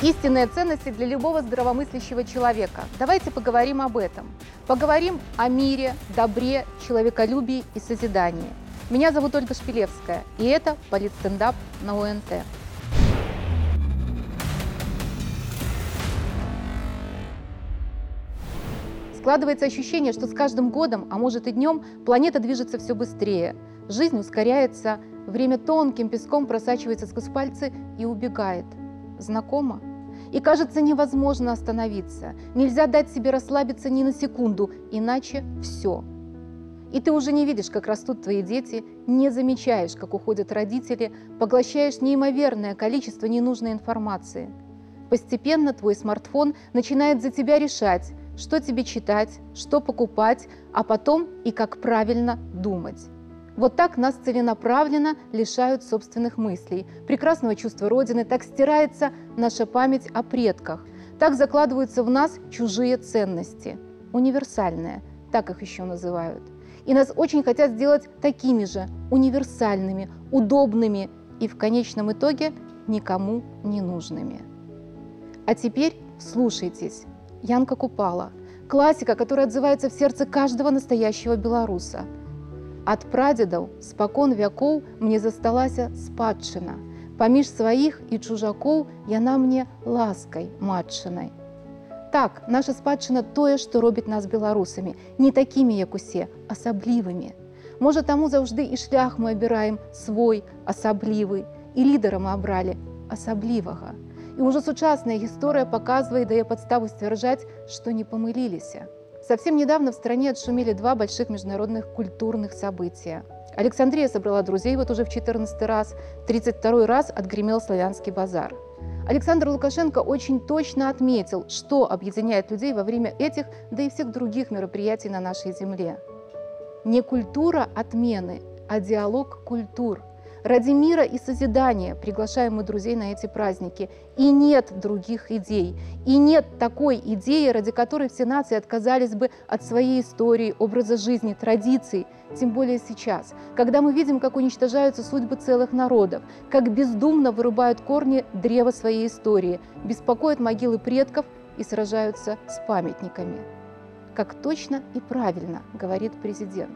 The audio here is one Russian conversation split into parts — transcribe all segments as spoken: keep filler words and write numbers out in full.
Истинные ценности для любого здравомыслящего человека. Давайте поговорим об этом. Поговорим о мире, добре, человеколюбии и созидании. Меня зовут Ольга Шпилевская, и это политстендап на О Н Т. Складывается ощущение, что с каждым годом, а может и днем, планета движется все быстрее. Жизнь ускоряется, время тонким песком просачивается сквозь пальцы и убегает. Знакомо? И кажется, невозможно остановиться. Нельзя дать себе расслабиться ни на секунду, иначе все. И ты уже не видишь, как растут твои дети, не замечаешь, как уходят родители, поглощаешь неимоверное количество ненужной информации. Постепенно твой смартфон начинает за тебя решать, что тебе читать, что покупать, а потом и как правильно думать. Вот так нас целенаправленно лишают собственных мыслей, прекрасного чувства Родины, так стирается наша память о предках, так закладываются в нас чужие ценности, универсальные, так их еще называют. И нас очень хотят сделать такими же, универсальными, удобными и в конечном итоге никому не нужными. А теперь вслушайтесь. Янка Купала, классика, которая отзывается в сердце каждого настоящего белоруса. Ад прадедаў спакон вякоў мне засталася спадчына. Паміж сваіх і чужакоў яна мне ласкай матчынай. Так, наша спадчына тое, што робіць нас беларусамі, не такімі, як усе, асаблівымі. Можа, таму заўжды і шлях мы абіраем свой, асаблівы, і лідара мы абралі асаблівага. И уже сучасная история показывает, дае подставу сцвярджаць, что не помылились. Совсем недавно в стране отшумели два больших международных культурных события. Александрия собрала друзей вот уже в четырнадцатый раз, тридцать второй раз отгремел Славянский базар. Александр Лукашенко очень точно отметил, что объединяет людей во время этих, да и всех других мероприятий на нашей земле. Не культура отмены, а диалог культур. Ради мира и созидания приглашаем мы друзей на эти праздники. И нет других идей. И нет такой идеи, ради которой все нации отказались бы от своей истории, образа жизни, традиций. Тем более сейчас, когда мы видим, как уничтожаются судьбы целых народов, как бездумно вырубают корни древа своей истории, беспокоят могилы предков и сражаются с памятниками. Как точно и правильно говорит президент.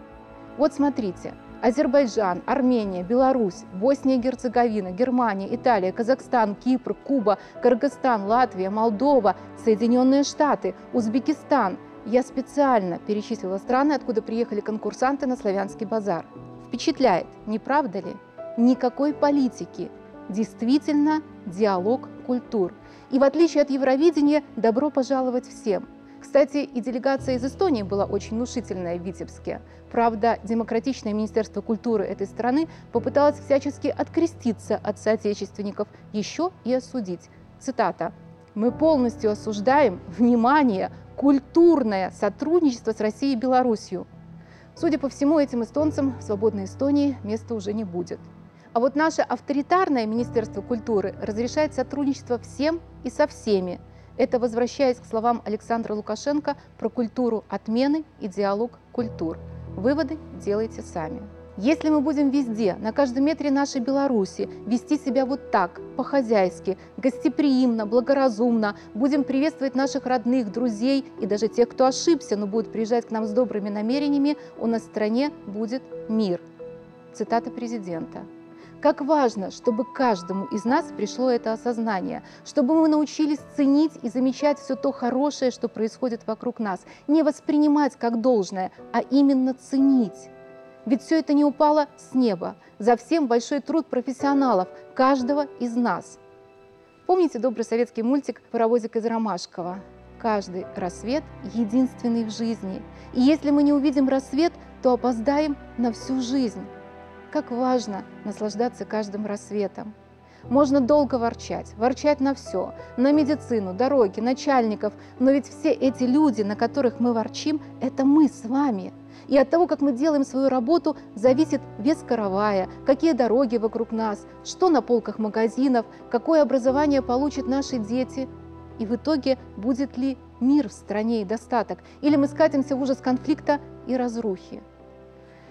Вот смотрите. Азербайджан, Армения, Беларусь, Босния и Герцеговина, Германия, Италия, Казахстан, Кипр, Куба, Кыргызстан, Латвия, Молдова, Соединенные Штаты, Узбекистан. Я специально перечислила страны, откуда приехали конкурсанты на Славянский базар. Впечатляет, не правда ли? Никакой политики. Действительно диалог культур. И в отличие от Евровидения, добро пожаловать всем. Кстати, и делегация из Эстонии была очень внушительная в Витебске. Правда, демократичное министерство культуры этой страны попыталось всячески откреститься от соотечественников, еще и осудить. Цитата. «Мы полностью осуждаем, внимание, культурное сотрудничество с Россией и Беларусью». Судя по всему, этим эстонцам в свободной Эстонии места уже не будет. А вот наше авторитарное министерство культуры разрешает сотрудничество всем и со всеми. Это возвращаясь к словам Александра Лукашенко про культуру отмены и диалог культур. Выводы делайте сами. Если мы будем везде, на каждом метре нашей Беларуси, вести себя вот так, по-хозяйски, гостеприимно, благоразумно, будем приветствовать наших родных, друзей и даже тех, кто ошибся, но будет приезжать к нам с добрыми намерениями, у нас в стране будет мир. Цитата президента. Как важно, чтобы каждому из нас пришло это осознание, чтобы мы научились ценить и замечать все то хорошее, что происходит вокруг нас, не воспринимать как должное, а именно ценить. Ведь все это не упало с неба, за всем большой труд профессионалов, каждого из нас. Помните добрый советский мультик «Паровозик из Ромашкова»? Каждый рассвет единственный в жизни. И если мы не увидим рассвет, то опоздаем на всю жизнь. Как важно наслаждаться каждым рассветом. Можно долго ворчать, ворчать на все, на медицину, дороги, начальников, но ведь все эти люди, на которых мы ворчим, это мы с вами. И от того, как мы делаем свою работу, зависит вес каравая, какие дороги вокруг нас, что на полках магазинов, какое образование получат наши дети. И в итоге будет ли мир в стране и достаток, или мы скатимся в ужас конфликта и разрухи.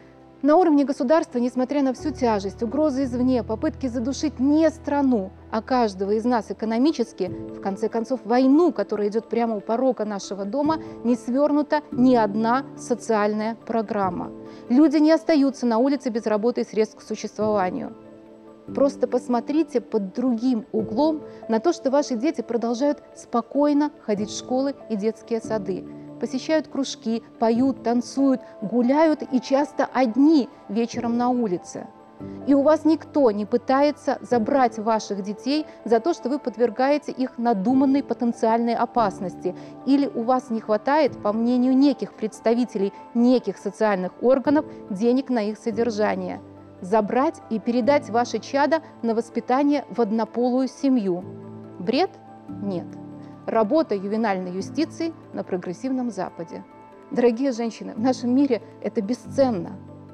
На уровне государства, несмотря на всю тяжесть, угрозы извне, попытки задушить не страну, а каждого из нас экономически, в конце концов, войну, которая идет прямо у порога нашего дома, не свернута ни одна социальная программа. Люди не остаются на улице без работы и средств к существованию. Просто посмотрите под другим углом на то, что ваши дети продолжают спокойно ходить в школы и детские сады, посещают кружки, поют, танцуют, гуляют и часто одни вечером на улице. И у вас никто не пытается забрать ваших детей за то, что вы подвергаете их надуманной потенциальной опасности, или у вас не хватает, по мнению неких представителей неких социальных органов, денег на их содержание. Забрать и передать ваше чадо на воспитание в однополую семью. Бред? Нет. Работа ювенальной юстиции на прогрессивном Западе. Дорогие женщины, в нашем мире это бесценно.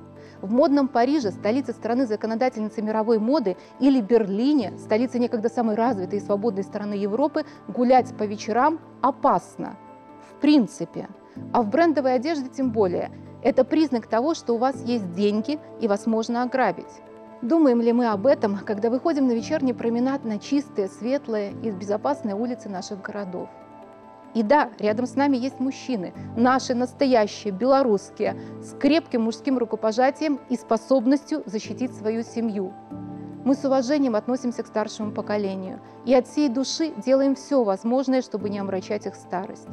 В модном Париже, столице страны законодательницы мировой моды, или Берлине, столице некогда самой развитой и свободной страны Европы, гулять по вечерам опасно. В принципе. А в брендовой одежде тем более. Это признак того, что у вас есть деньги и вас можно ограбить. Думаем ли мы об этом, когда выходим на вечерний променад на чистые, светлые и безопасные улицы наших городов? И да, рядом с нами есть мужчины, наши настоящие, белорусские, с крепким мужским рукопожатием и способностью защитить свою семью. Мы с уважением относимся к старшему поколению и от всей души делаем все возможное, чтобы не омрачать их старость.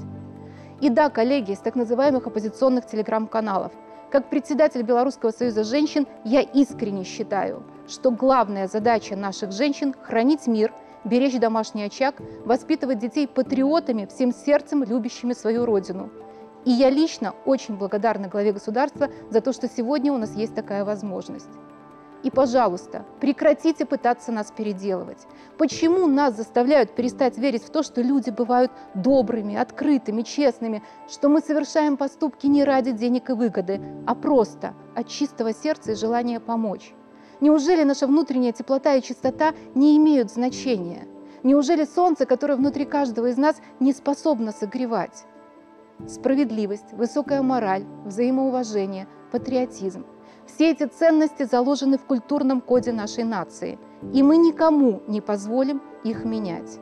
И да, коллеги из так называемых оппозиционных телеграм-каналов, как председатель Белорусского союза женщин, я искренне считаю, что главная задача наших женщин – хранить мир, беречь домашний очаг, воспитывать детей патриотами, всем сердцем любящими свою родину. И я лично очень благодарна главе государства за то, что сегодня у нас есть такая возможность. И, пожалуйста, прекратите пытаться нас переделывать. Почему нас заставляют перестать верить в то, что люди бывают добрыми, открытыми, честными, что мы совершаем поступки не ради денег и выгоды, а просто от чистого сердца и желания помочь? Неужели наша внутренняя теплота и чистота не имеют значения? Неужели солнце, которое внутри каждого из нас, не способно согревать? Справедливость, высокая мораль, взаимоуважение, патриотизм. Все эти ценности заложены в культурном коде нашей нации, и мы никому не позволим их менять.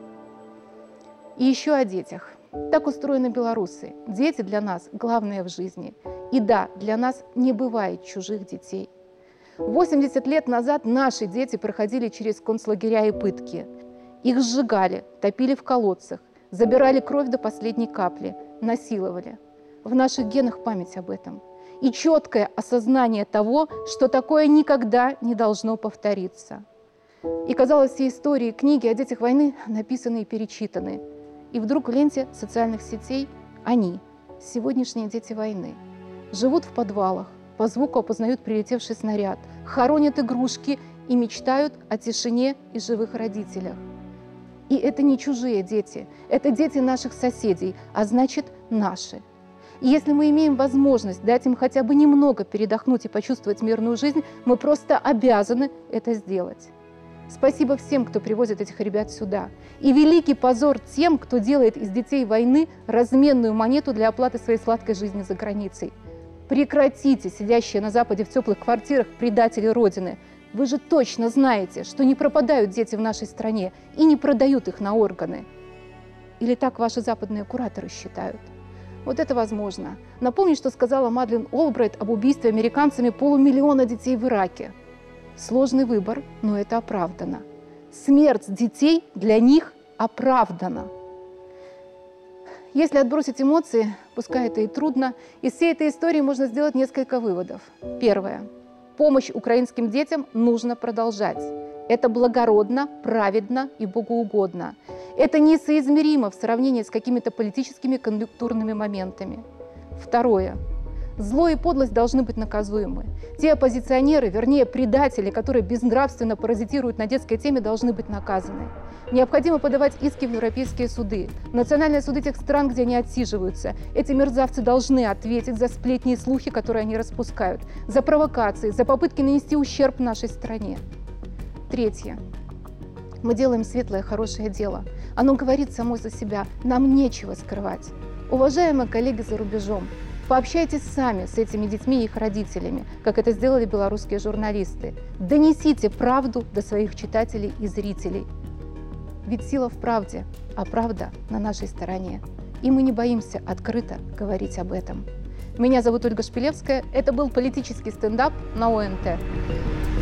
И еще о детях. Так устроены белорусы. Дети для нас главное в жизни. И да, для нас не бывает чужих детей. восемьдесят лет назад наши дети проходили через концлагеря и пытки. Их сжигали, топили в колодцах, забирали кровь до последней капли, насиловали. В наших генах память об этом. И четкое осознание того, что такое никогда не должно повториться. И, казалось, все истории, книги о детях войны написаны и перечитаны. И вдруг в ленте социальных сетей они, сегодняшние дети войны, живут в подвалах, по звуку опознают прилетевший снаряд, хоронят игрушки и мечтают о тишине и живых родителях. И это не чужие дети, это дети наших соседей, а значит, наши. И если мы имеем возможность дать им хотя бы немного передохнуть и почувствовать мирную жизнь, мы просто обязаны это сделать. Спасибо всем, кто привозит этих ребят сюда. И великий позор тем, кто делает из детей войны разменную монету для оплаты своей сладкой жизни за границей. Прекратите, сидящие на Западе в теплых квартирах, предатели Родины. Вы же точно знаете, что не пропадают дети в нашей стране и не продают их на органы. Или так ваши западные кураторы считают? Вот это возможно. Напомню, что сказала Мадлен Олбрайт об убийстве американцами полумиллиона детей в Ираке. Сложный выбор, но это оправдано. Смерть детей для них оправдана. Если отбросить эмоции, пускай это и трудно, из всей этой истории можно сделать несколько выводов. Первое. Помощь украинским детям нужно продолжать. Это благородно, праведно и богоугодно. Это несоизмеримо в сравнении с какими-то политическими конъюнктурными моментами. Второе. Зло и подлость должны быть наказуемы. Те оппозиционеры, вернее предатели, которые безнравственно паразитируют на детской теме, должны быть наказаны. Необходимо подавать иски в европейские суды, в национальные суды тех стран, где они отсиживаются. Эти мерзавцы должны ответить за сплетни и слухи, которые они распускают, за провокации, за попытки нанести ущерб нашей стране. Третье. Мы делаем светлое, хорошее дело. Оно говорит само за себя. Нам нечего скрывать. Уважаемые коллеги за рубежом, Пообщайтесь сами с этими детьми и их родителями, как это сделали белорусские журналисты. Донесите правду до своих читателей и зрителей. Ведь сила в правде, а правда на нашей стороне. И мы не боимся открыто говорить об этом. Меня зовут Ольга Шпилевская. Это был политический стендап на ОНТ.